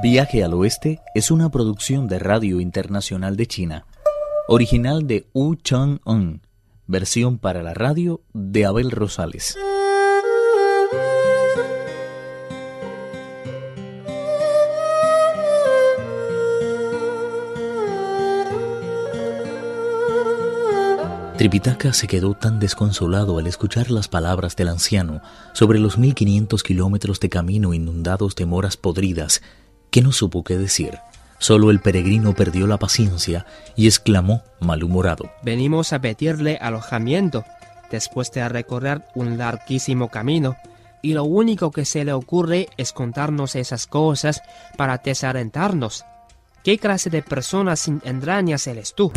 Viaje al Oeste es una producción de Radio Internacional de China, original de Wu Chang-un, versión para la radio de Abel Rosales. Tripitaka se quedó tan desconsolado al escuchar las palabras del anciano sobre los 1500 kilómetros de camino inundados de moras podridas que no supo qué decir. Solo el peregrino perdió la paciencia y exclamó malhumorado: Venimos a pedirle alojamiento después de recorrer un larguísimo camino, y lo único que se le ocurre es contarnos esas cosas para desalentarnos. ¿Qué clase de persona sin entrañas eres tú?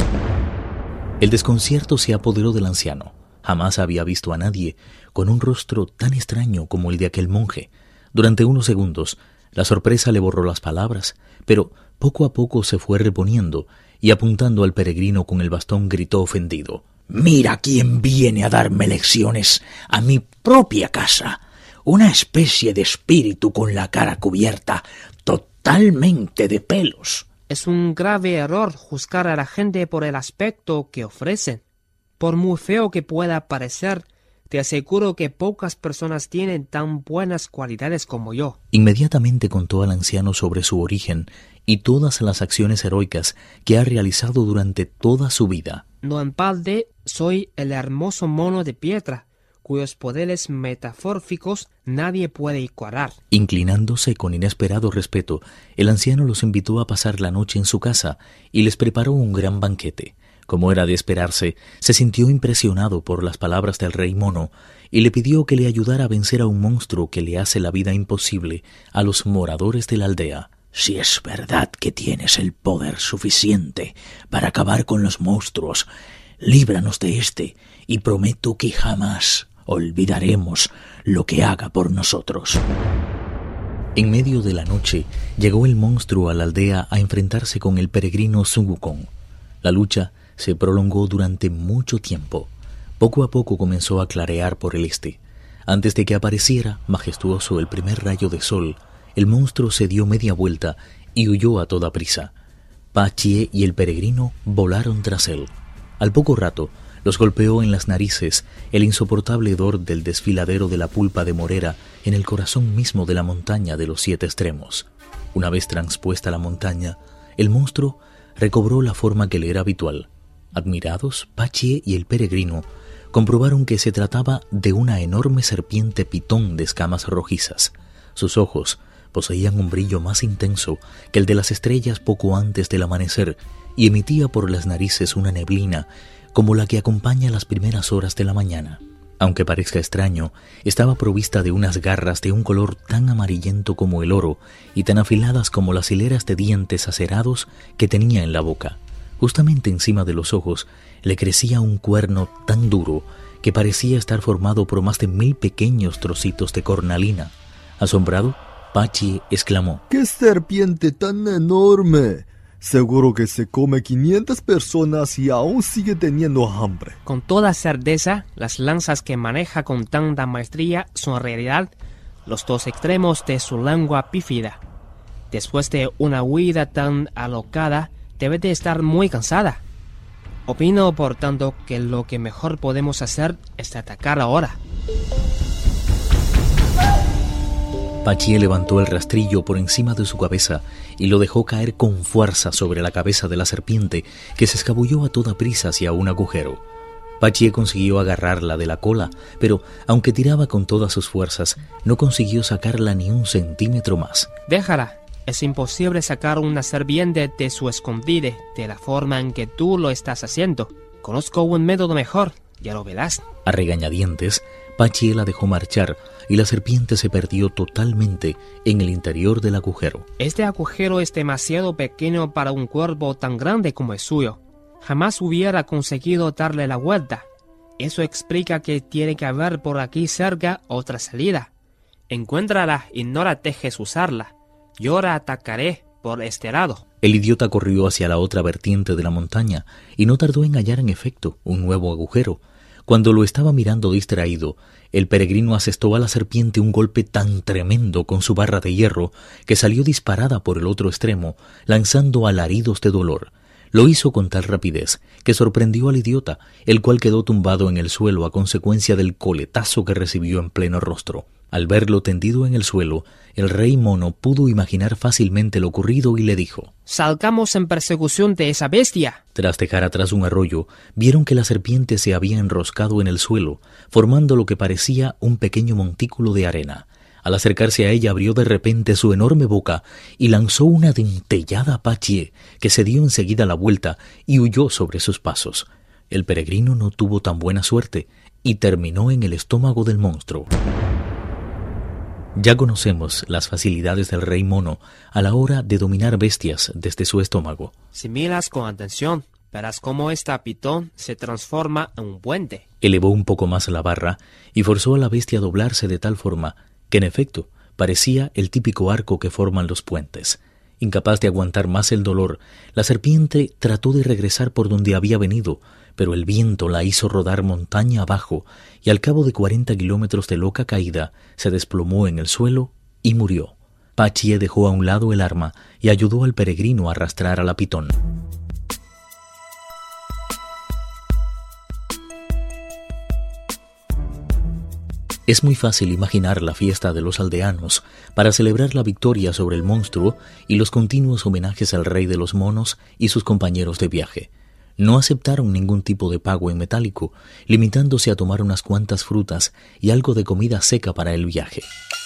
El desconcierto se apoderó del anciano. Jamás había visto a nadie con un rostro tan extraño como el de aquel monje. Durante unos segundos, la sorpresa le borró las palabras, pero poco a poco se fue reponiendo y apuntando al peregrino con el bastón gritó ofendido: «Mira quién viene a darme lecciones a mi propia casa. Una especie de espíritu con la cara cubierta totalmente de pelos». Es un grave error juzgar a la gente por el aspecto que ofrecen. Por muy feo que pueda parecer, te aseguro que pocas personas tienen tan buenas cualidades como yo. Inmediatamente contó al anciano sobre su origen y todas las acciones heroicas que ha realizado durante toda su vida. No en balde soy el hermoso mono de piedra, cuyos poderes metafórficos nadie puede igualar. Inclinándose con inesperado respeto, el anciano los invitó a pasar la noche en su casa y les preparó un gran banquete. Como era de esperarse, se sintió impresionado por las palabras del rey mono y le pidió que le ayudara a vencer a un monstruo que le hace la vida imposible a los moradores de la aldea. «Si es verdad que tienes el poder suficiente para acabar con los monstruos, líbranos de este y prometo que jamás olvidaremos lo que haga por nosotros». En medio de la noche llegó el monstruo a la aldea a enfrentarse con el peregrino Sun Wukong. La lucha se prolongó durante mucho tiempo. Poco a poco comenzó a clarear por el este. Antes de que apareciera, majestuoso, el primer rayo de sol, el monstruo se dio media vuelta y huyó a toda prisa. Pa Chie y el peregrino volaron tras él. Al poco rato, los golpeó en las narices el insoportable hedor del desfiladero de la pulpa de morera en el corazón mismo de la montaña de los 7 extremos. Una vez transpuesta la montaña, el monstruo recobró la forma que le era habitual. Admirados, Pa Chie y el peregrino comprobaron que se trataba de una enorme serpiente pitón de escamas rojizas. Sus ojos poseían un brillo más intenso que el de las estrellas poco antes del amanecer y emitía por las narices una neblina como la que acompaña las primeras horas de la mañana. Aunque parezca extraño, estaba provista de unas garras de un color tan amarillento como el oro y tan afiladas como las hileras de dientes acerados que tenía en la boca. Justamente encima de los ojos le crecía un cuerno tan duro que parecía estar formado por más de 1000 pequeños trocitos de cornalina. Asombrado, Pa Chie exclamó: ¡Qué serpiente tan enorme! Seguro que se come 500 personas y aún sigue teniendo hambre. Con toda certeza, las lanzas que maneja con tanta maestría son en realidad los 2 extremos de su lengua pífida. Después de una huida tan alocada, debe de estar muy cansada. Opino, por tanto, que lo que mejor podemos hacer es atacar ahora. Pa Chie levantó el rastrillo por encima de su cabeza y lo dejó caer con fuerza sobre la cabeza de la serpiente, que se escabulló a toda prisa hacia un agujero. Pa Chie consiguió agarrarla de la cola, pero aunque tiraba con todas sus fuerzas, no consiguió sacarla ni un centímetro más. Déjala. Es imposible sacar una serpiente de su escondite de la forma en que tú lo estás haciendo. Conozco un método mejor, ya lo verás. A regañadientes, Pa Chie la dejó marchar y la serpiente se perdió totalmente en el interior del agujero. Este agujero es demasiado pequeño para un cuerpo tan grande como el suyo. Jamás hubiera conseguido darle la vuelta. Eso explica que tiene que haber por aquí cerca otra salida. Encuéntrala y no la dejes usarla. Yo la atacaré por este lado. El idiota corrió hacia la otra vertiente de la montaña y no tardó en hallar en efecto un nuevo agujero. Cuando lo estaba mirando distraído, el peregrino asestó a la serpiente un golpe tan tremendo con su barra de hierro que salió disparada por el otro extremo, lanzando alaridos de dolor. Lo hizo con tal rapidez que sorprendió al idiota, el cual quedó tumbado en el suelo a consecuencia del coletazo que recibió en pleno rostro. Al verlo tendido en el suelo, el rey mono pudo imaginar fácilmente lo ocurrido y le dijo: «Salgamos en persecución de esa bestia». Tras dejar atrás un arroyo, vieron que la serpiente se había enroscado en el suelo, formando lo que parecía un pequeño montículo de arena. Al acercarse a ella, abrió de repente su enorme boca y lanzó una dentellada a Pachie, que se dio enseguida la vuelta y huyó sobre sus pasos. El peregrino no tuvo tan buena suerte y terminó en el estómago del monstruo. Ya conocemos las facilidades del rey mono a la hora de dominar bestias desde su estómago. Si miras con atención, verás cómo esta pitón se transforma en un puente. Elevó un poco más la barra y forzó a la bestia a doblarse de tal forma que en efecto parecía el típico arco que forman los puentes. Incapaz de aguantar más el dolor, la serpiente trató de regresar por donde había venido, pero el viento la hizo rodar montaña abajo y al cabo de 40 kilómetros de loca caída se desplomó en el suelo y murió. Pachie dejó a un lado el arma y ayudó al peregrino a arrastrar a la pitón. Es muy fácil imaginar la fiesta de los aldeanos para celebrar la victoria sobre el monstruo y los continuos homenajes al rey de los monos y sus compañeros de viaje. No aceptaron ningún tipo de pago en metálico, limitándose a tomar unas cuantas frutas y algo de comida seca para el viaje.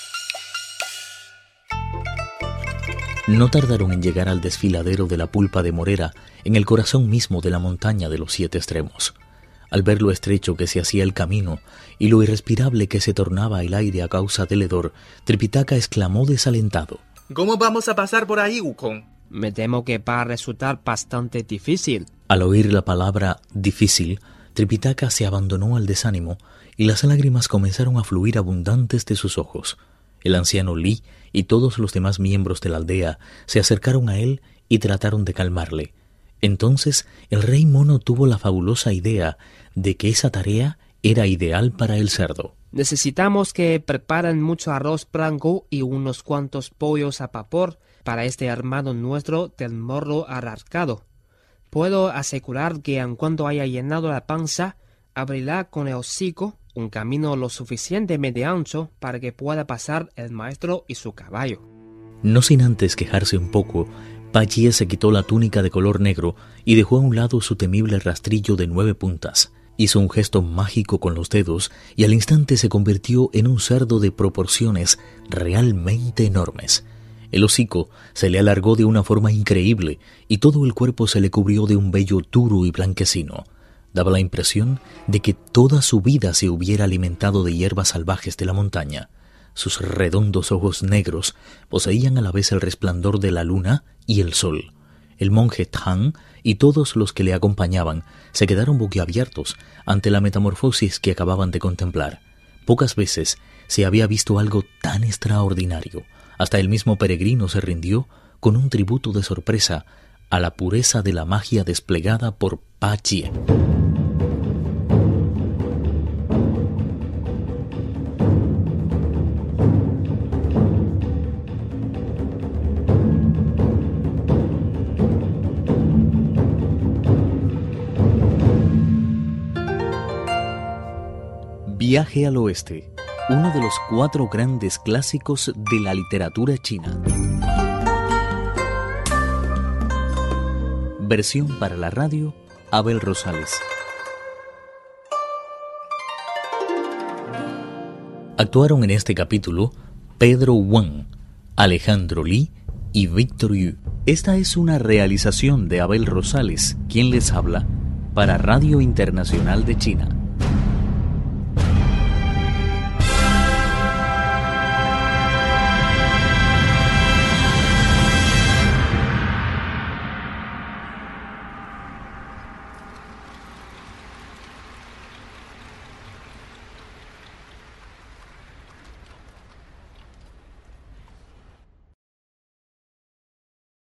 No tardaron en llegar al desfiladero de la pulpa de Morera, en el corazón mismo de la montaña de los 7 extremos. Al ver lo estrecho que se hacía el camino y lo irrespirable que se tornaba el aire a causa del hedor, Tripitaka exclamó desalentado: ¿Cómo vamos a pasar por ahí, Wukong? Me temo que va a resultar bastante difícil. Al oír la palabra difícil, Tripitaka se abandonó al desánimo y las lágrimas comenzaron a fluir abundantes de sus ojos. El anciano Li y todos los demás miembros de la aldea se acercaron a él y trataron de calmarle. Entonces el rey mono tuvo la fabulosa idea de que esa tarea era ideal para el cerdo. Necesitamos que preparen mucho arroz blanco y unos cuantos pollos a vapor para este hermano nuestro del morro arrancado. Puedo asegurar que en cuanto haya llenado la panza, abrirá con el hocico un camino lo suficientemente ancho para que pueda pasar el maestro y su caballo. No sin antes quejarse un poco, Pachie se quitó la túnica de color negro y dejó a un lado su temible rastrillo de 9 puntas. Hizo un gesto mágico con los dedos y al instante se convirtió en un cerdo de proporciones realmente enormes. El hocico se le alargó de una forma increíble y todo el cuerpo se le cubrió de un vello duro y blanquecino. Daba la impresión de que toda su vida se hubiera alimentado de hierbas salvajes de la montaña. Sus redondos ojos negros poseían a la vez el resplandor de la luna y el sol. El monje Tang y todos los que le acompañaban se quedaron boquiabiertos ante la metamorfosis que acababan de contemplar. Pocas veces se había visto algo tan extraordinario. Hasta el mismo peregrino se rindió con un tributo de sorpresa a la pureza de la magia desplegada por Pachie. Viaje al Oeste, uno de los 4 grandes clásicos de la literatura china. Versión para la radio, Abel Rosales. Actuaron en este capítulo Pedro Wang, Alejandro Li y Víctor Yu. Esta es una realización de Abel Rosales, quien les habla, para Radio Internacional de China.